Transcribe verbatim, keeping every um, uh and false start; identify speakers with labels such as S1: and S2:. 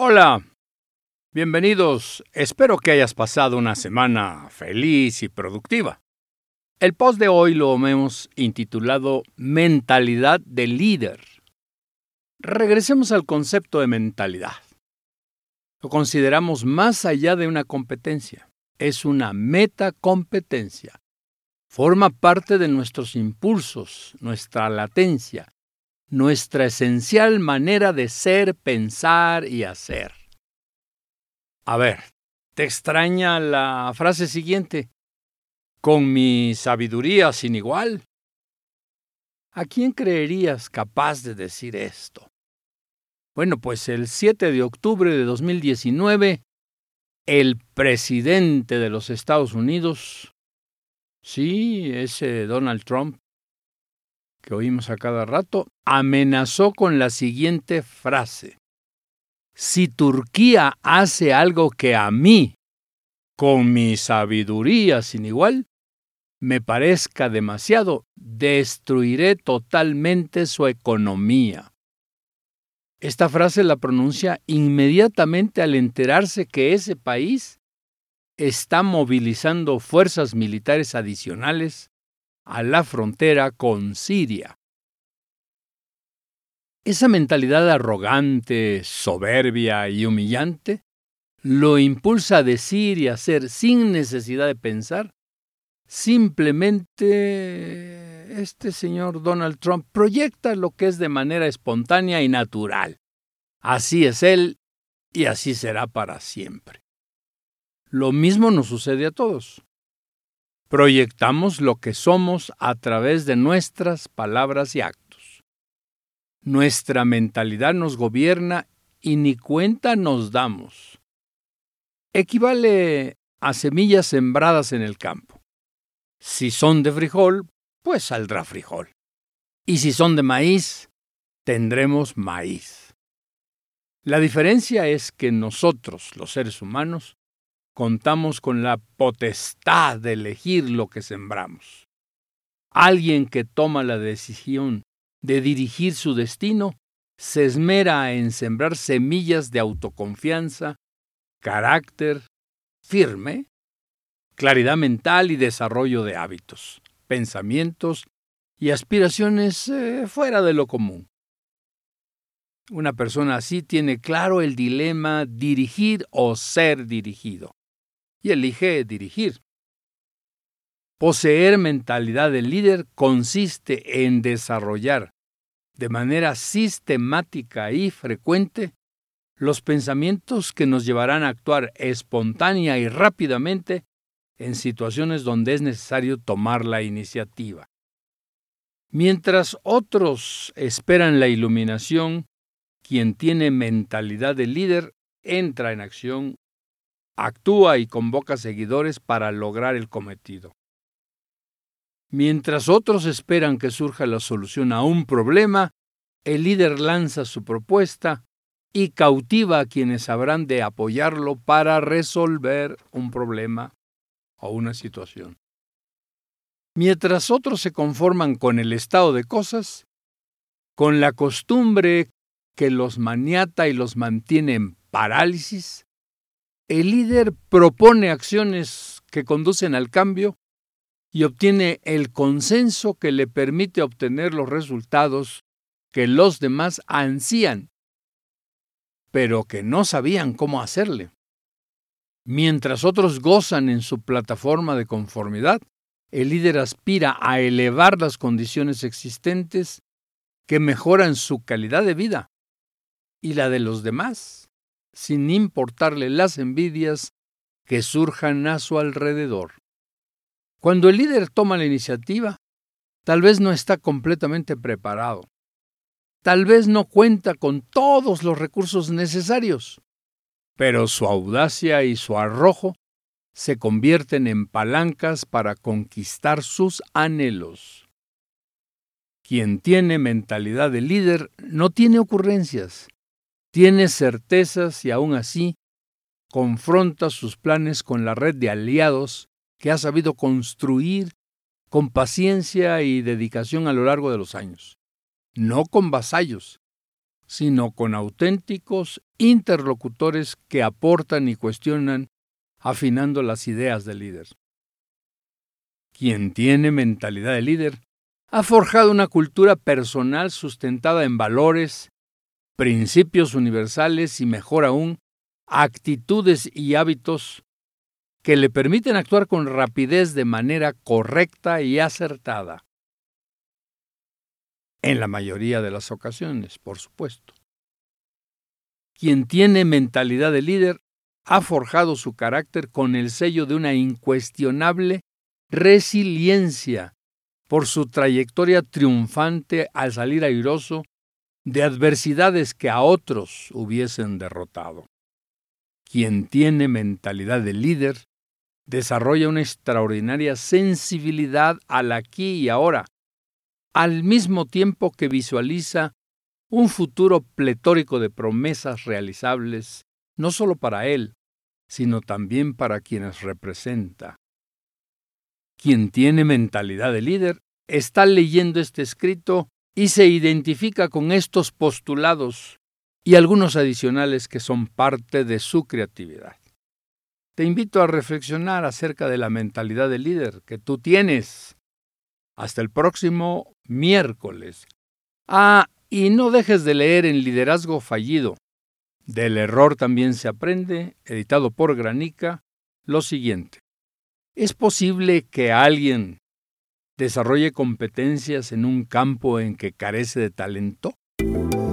S1: Hola, bienvenidos. Espero que hayas pasado una semana feliz y productiva. El post de hoy lo hemos intitulado Mentalidad de líder. Regresemos al concepto de mentalidad. Lo consideramos más allá de una competencia. Es una metacompetencia. Forma parte de nuestros impulsos, nuestra latencia, nuestra esencial manera de ser, pensar y hacer. A ver, ¿te extraña la frase siguiente? Con mi sabiduría sin igual. ¿A quién creerías capaz de decir esto? Bueno, pues el siete de octubre de dos mil diecinueve, el presidente de los Estados Unidos, sí, ese Donald Trump, que oímos a cada rato, amenazó con la siguiente frase. Si Turquía hace algo que a mí, con mi sabiduría sin igual, me parezca demasiado, destruiré totalmente su economía. Esta frase la pronuncia inmediatamente al enterarse que ese país está movilizando fuerzas militares adicionales a la frontera con Siria. Esa mentalidad arrogante, soberbia y humillante lo impulsa a decir y hacer sin necesidad de pensar. Simplemente este señor Donald Trump proyecta lo que es de manera espontánea y natural. Así es él y así será para siempre. Lo mismo nos sucede a todos. Proyectamos lo que somos a través de nuestras palabras y actos. Nuestra mentalidad nos gobierna y ni cuenta nos damos. Equivale a semillas sembradas en el campo. Si son de frijol, pues saldrá frijol. Y si son de maíz, tendremos maíz. La diferencia es que nosotros, los seres humanos, contamos con la potestad de elegir lo que sembramos. Alguien que toma la decisión de dirigir su destino se esmera en sembrar semillas de autoconfianza, carácter firme, claridad mental y desarrollo de hábitos, pensamientos y aspiraciones eh, fuera de lo común. Una persona así tiene claro el dilema dirigir o ser dirigido, y elige dirigir. Poseer mentalidad de líder consiste en desarrollar de manera sistemática y frecuente los pensamientos que nos llevarán a actuar espontánea y rápidamente en situaciones donde es necesario tomar la iniciativa. Mientras otros esperan la iluminación, quien tiene mentalidad de líder entra en acción, actúa y convoca seguidores para lograr el cometido. Mientras otros esperan que surja la solución a un problema, el líder lanza su propuesta y cautiva a quienes habrán de apoyarlo para resolver un problema o una situación. Mientras otros se conforman con el estado de cosas, con la costumbre que los maniata y los mantiene en parálisis, el líder propone acciones que conducen al cambio y obtiene el consenso que le permite obtener los resultados que los demás ansían, pero que no sabían cómo hacerle. Mientras otros gozan en su plataforma de conformidad, el líder aspira a elevar las condiciones existentes que mejoran su calidad de vida y la de los demás, sin importarle las envidias que surjan a su alrededor. Cuando el líder toma la iniciativa, tal vez no está completamente preparado. Tal vez no cuenta con todos los recursos necesarios, pero su audacia y su arrojo se convierten en palancas para conquistar sus anhelos. Quien tiene mentalidad de líder no tiene ocurrencias, tiene certezas y aún así confronta sus planes con la red de aliados que ha sabido construir con paciencia y dedicación a lo largo de los años. No con vasallos, sino con auténticos interlocutores que aportan y cuestionan, afinando las ideas del líder. Quien tiene mentalidad de líder ha forjado una cultura personal sustentada en valores, principios universales y, mejor aún, actitudes y hábitos que le permiten actuar con rapidez de manera correcta y acertada. En la mayoría de las ocasiones, por supuesto. Quien tiene mentalidad de líder ha forjado su carácter con el sello de una incuestionable resiliencia por su trayectoria triunfante al salir airoso de adversidades que a otros hubiesen derrotado. Quien tiene mentalidad de líder desarrolla una extraordinaria sensibilidad al aquí y ahora, al mismo tiempo que visualiza un futuro pletórico de promesas realizables, no solo para él, sino también para quienes representa. Quien tiene mentalidad de líder está leyendo este escrito y se identifica con estos postulados y algunos adicionales que son parte de su creatividad. Te invito a reflexionar acerca de la mentalidad de líder que tú tienes. Hasta el próximo miércoles. Ah, y no dejes de leer en Liderazgo Fallido. Del error también se aprende, editado por Granica, lo siguiente. ¿Es posible que alguien desarrolle competencias en un campo en que carece de talento?